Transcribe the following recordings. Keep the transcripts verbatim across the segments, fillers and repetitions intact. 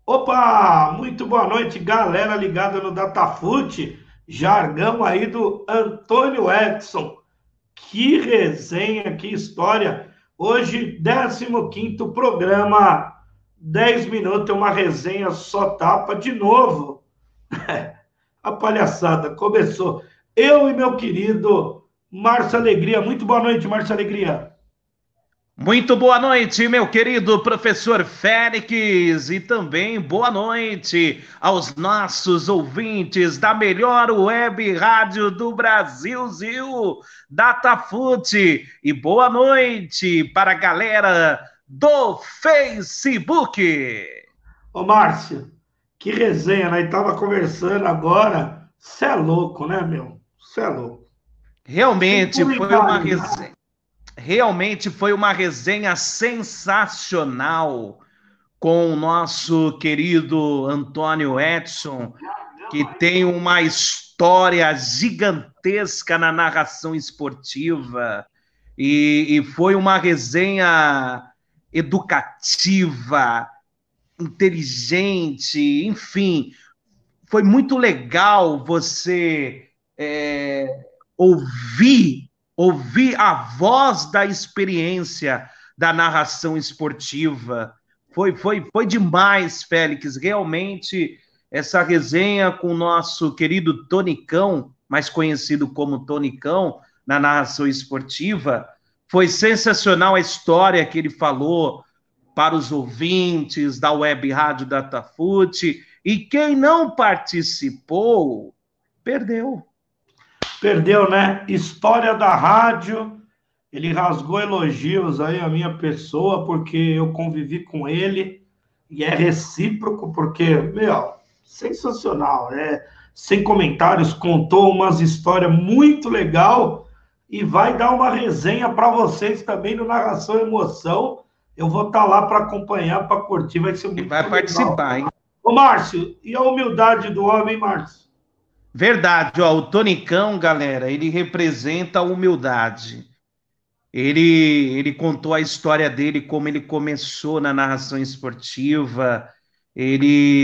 Opa, muito boa noite, galera ligada no Datafute. Jargão aí do Antônio Edson. Que resenha, que história. Hoje, décimo quinto programa, dez minutos, é uma resenha só tapa de novo. A palhaçada começou. Eu e meu querido Márcio Alegria. Muito boa noite, Márcio Alegria. Muito boa noite, meu querido professor Félix, e também boa noite aos nossos ouvintes da melhor web rádio do Brasil, Zil, Datafute, e boa noite para a galera do Facebook. Ô, Márcio, que resenha, né? Tava conversando agora. Você é louco, né, meu? Você é louco. Sem Realmente foi uma comentários. resenha, realmente foi uma resenha sensacional com o nosso querido Antônio Edson, que tem uma história gigantesca na narração esportiva, e, e foi uma resenha educativa, inteligente, enfim, foi muito legal você é, ouvir, ouvir a voz da experiência da narração esportiva. Foi, foi, foi demais, Félix. Realmente, essa resenha com o nosso querido Tonicão, mais conhecido como Tonicão, na narração esportiva, foi sensacional a história que ele falou para os ouvintes da Web Rádio Datafute. E quem não participou, perdeu. Perdeu, né? História da rádio. Ele rasgou elogios aí à minha pessoa, porque eu convivi com ele. E é recíproco, porque, meu, sensacional. É, sem comentários, contou umas histórias muito legal e vai dar uma resenha para vocês também no Narração Emoção. Eu vou estar lá para acompanhar, para curtir, vai ser E muito vai legal. participar, hein? Ô, Márcio, e a humildade do homem, Márcio? Verdade, ó, o Tonicão, galera, ele representa a humildade. Ele, ele contou a história dele, como ele começou na narração esportiva. Ele,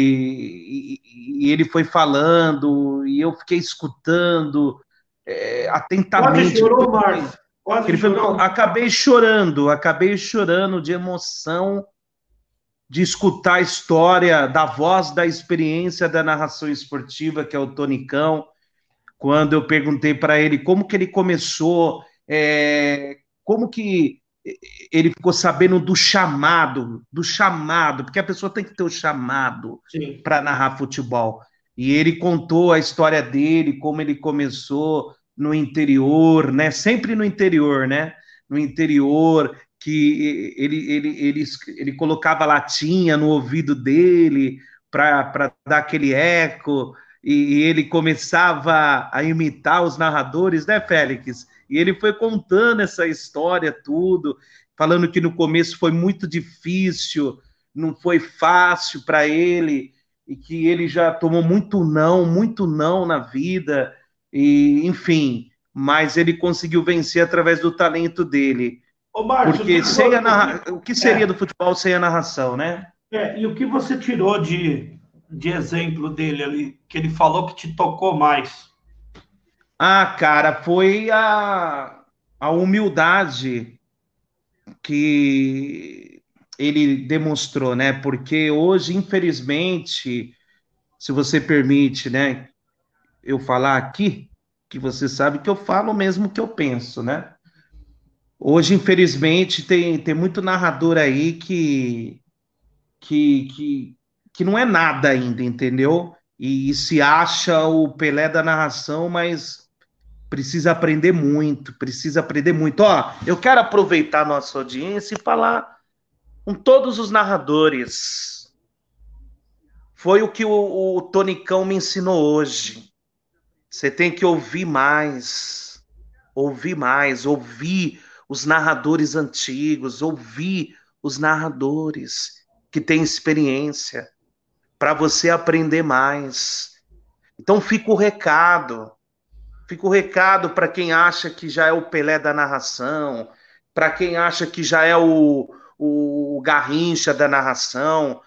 e, e ele foi falando, e eu fiquei escutando é, Quase atentamente. chorou, Porque Márcio. Quase ele foi, chorou. acabei chorando, acabei chorando de emoção de escutar a história da voz da experiência da narração esportiva, que é o Tonicão, quando eu perguntei para ele como que ele começou, é, como que ele ficou sabendo do chamado, do chamado, porque a pessoa tem que ter o chamado Sim. para narrar futebol. E ele contou a história dele, como ele começou no interior, né? Sempre no interior, né? No interior, que ele, ele, ele, ele colocava latinha no ouvido dele para dar aquele eco, e, e ele começava a imitar os narradores, né, Félix? E ele foi contando essa história, tudo, falando que no começo foi muito difícil, não foi fácil para ele, e que ele já tomou muito não, muito não na vida, e enfim, mas ele conseguiu vencer através do talento dele. Ô, Márcio, o que, Porque que sem a você. narra... o que seria É, do futebol sem a narração, né? é, e o que você tirou de, de exemplo dele ali, que ele falou que te tocou mais? Ah, cara, foi a, a humildade que ele demonstrou, né? Porque hoje, infelizmente, se você permite, né, eu falar aqui, que você sabe que eu falo mesmo o que eu penso, né? Hoje, infelizmente, tem, tem muito narrador aí que, que, que, que não é nada ainda, entendeu? E, e se acha o Pelé da narração, mas precisa aprender muito, precisa aprender muito. Ó, eu quero aproveitar a nossa audiência e falar com todos os narradores. Foi o que o, o Tonicão me ensinou hoje. Você tem que ouvir mais, ouvir mais, ouvir os narradores antigos, ouvir os narradores que têm experiência, para você aprender mais. Então fica o recado. Fica o recado para quem acha que já é o Pelé da narração, para quem acha que já é o, o Garrincha da narração.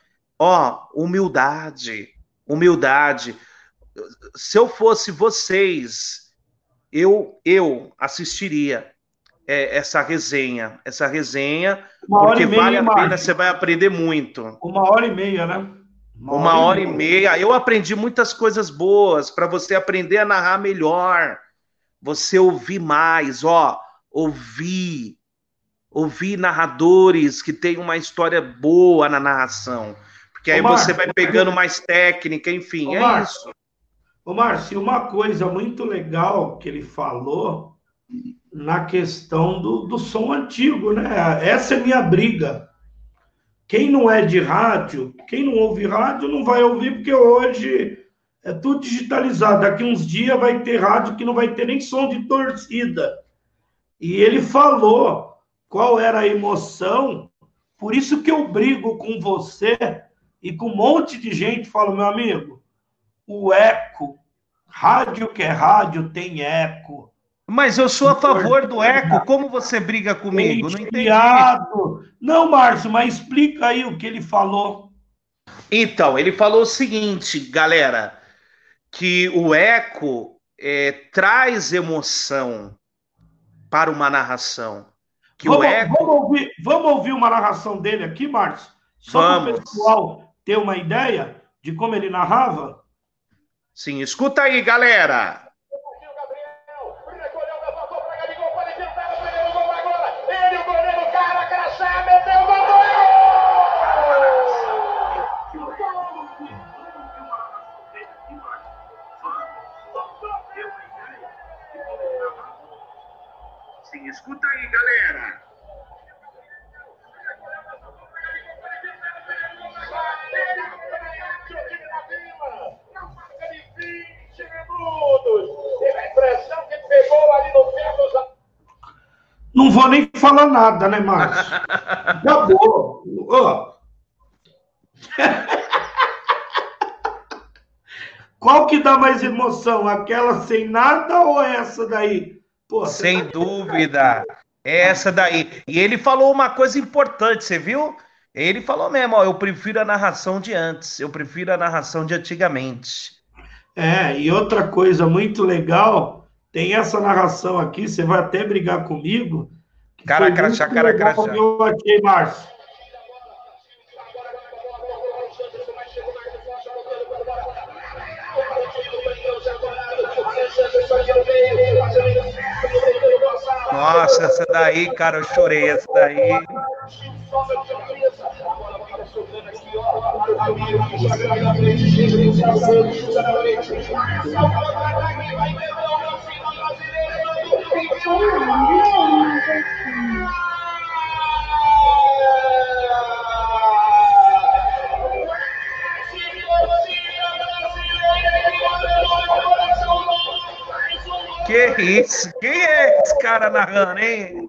Ó, humildade, humildade. Se eu fosse vocês, eu, eu assistiria é, essa resenha, essa resenha, Uma hora porque e meia, vale hein, a pena, Márcio? você vai aprender muito. Uma hora e meia, né? Uma Uma hora e hora e meia. meia. Eu aprendi muitas coisas boas para você aprender a narrar melhor. Você ouvir mais, ó, ouvir, ouvir narradores que têm uma história boa na narração. Porque Ô, aí você Márcio, vai pegando mais técnica, enfim, ô, é Márcio, isso. ô, Márcio, uma coisa muito legal que ele falou na questão do, do som antigo, né? Essa é minha briga. Quem não é de rádio, quem não ouve rádio, não vai ouvir, porque hoje é tudo digitalizado. Daqui uns dias vai ter rádio que não vai ter nem som de torcida. E ele falou qual era a emoção, por isso que eu brigo com você e com um monte de gente. Falo, meu amigo, o eco, rádio que é rádio tem eco. Mas eu sou a favor do eco. Como você briga comigo? Não entendi. Enfiado. Não, Márcio, mas explica aí o que ele falou. Então, ele falou o seguinte, galera, que o eco é, traz emoção para uma narração. Que o Vamos, vamos, eco. ouvir, vamos ouvir uma narração dele aqui, Márcio? Só para o Vamos. pessoal ter uma ideia de como ele narrava? Sim, escuta aí, galera. Sim, escuta aí, galera. Não vou nem falar nada, né, Márcio? Acabou. Oh. Qual que dá mais emoção? Aquela sem nada ou essa daí? Pô, sem tá... dúvida. Essa daí. E ele falou uma coisa importante, você viu? Ele falou mesmo, ó, eu prefiro a narração de antes, eu prefiro a narração de antigamente. É, e outra coisa muito legal, tem essa narração aqui, você vai até brigar comigo. Cara crachá, cara crachá. Eu achei, Márcio. Nossa, essa daí, cara, eu chorei, essa daí. Que isso? Quem é esse cara narrando, hein?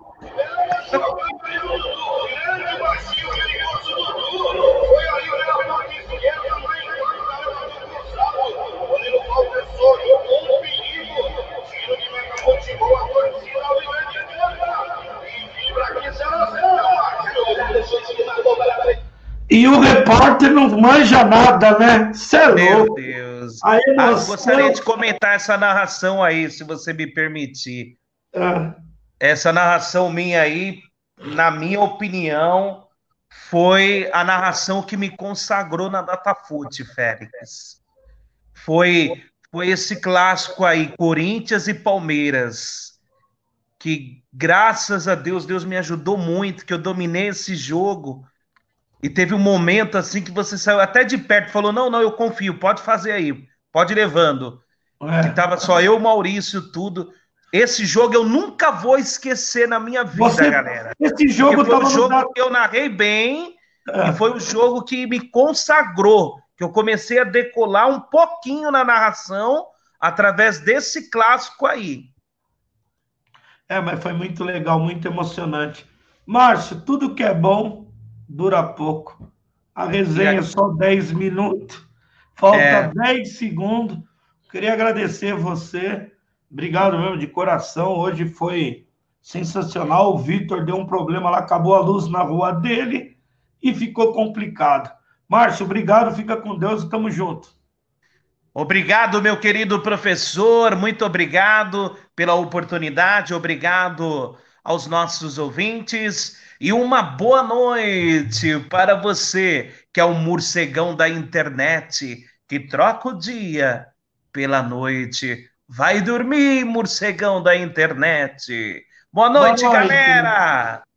E o repórter não manja nada, né? Cê é Meu louco. Deus. A emoção... Ah, eu gostaria de comentar essa narração aí, se você me permitir. Ah. Essa narração minha aí, na minha opinião, foi a narração que me consagrou na Datafoot, Félix. Foi, foi esse clássico aí, Corinthians e Palmeiras, que graças a Deus, Deus me ajudou muito, que eu dominei esse jogo. E teve um momento assim que você saiu até de perto, falou, não, não, eu confio, pode fazer aí, pode ir levando. É. Que tava só eu, Maurício, tudo. Esse jogo eu nunca vou esquecer na minha vida, você, galera. Esse jogo Porque foi tava um jogo no... que eu narrei bem é. E foi o um jogo que me consagrou, que eu comecei a decolar um pouquinho na narração através desse clássico aí. É, mas foi muito legal, muito emocionante. Márcio, tudo que é bom dura pouco. A resenha é só dez minutos. Falta é. dez segundos. Queria agradecer você. Obrigado mesmo, de coração. Hoje foi sensacional. O Vitor deu um problema lá, acabou a luz na rua dele e ficou complicado. Márcio, obrigado, fica com Deus e tamo junto. Obrigado, meu querido professor, muito obrigado pela oportunidade, obrigado aos nossos ouvintes e uma boa noite para você, que é o morcegão da internet, que troca o dia pela noite. Vai dormir, morcegão da internet. Boa Boa noite, noite. galera!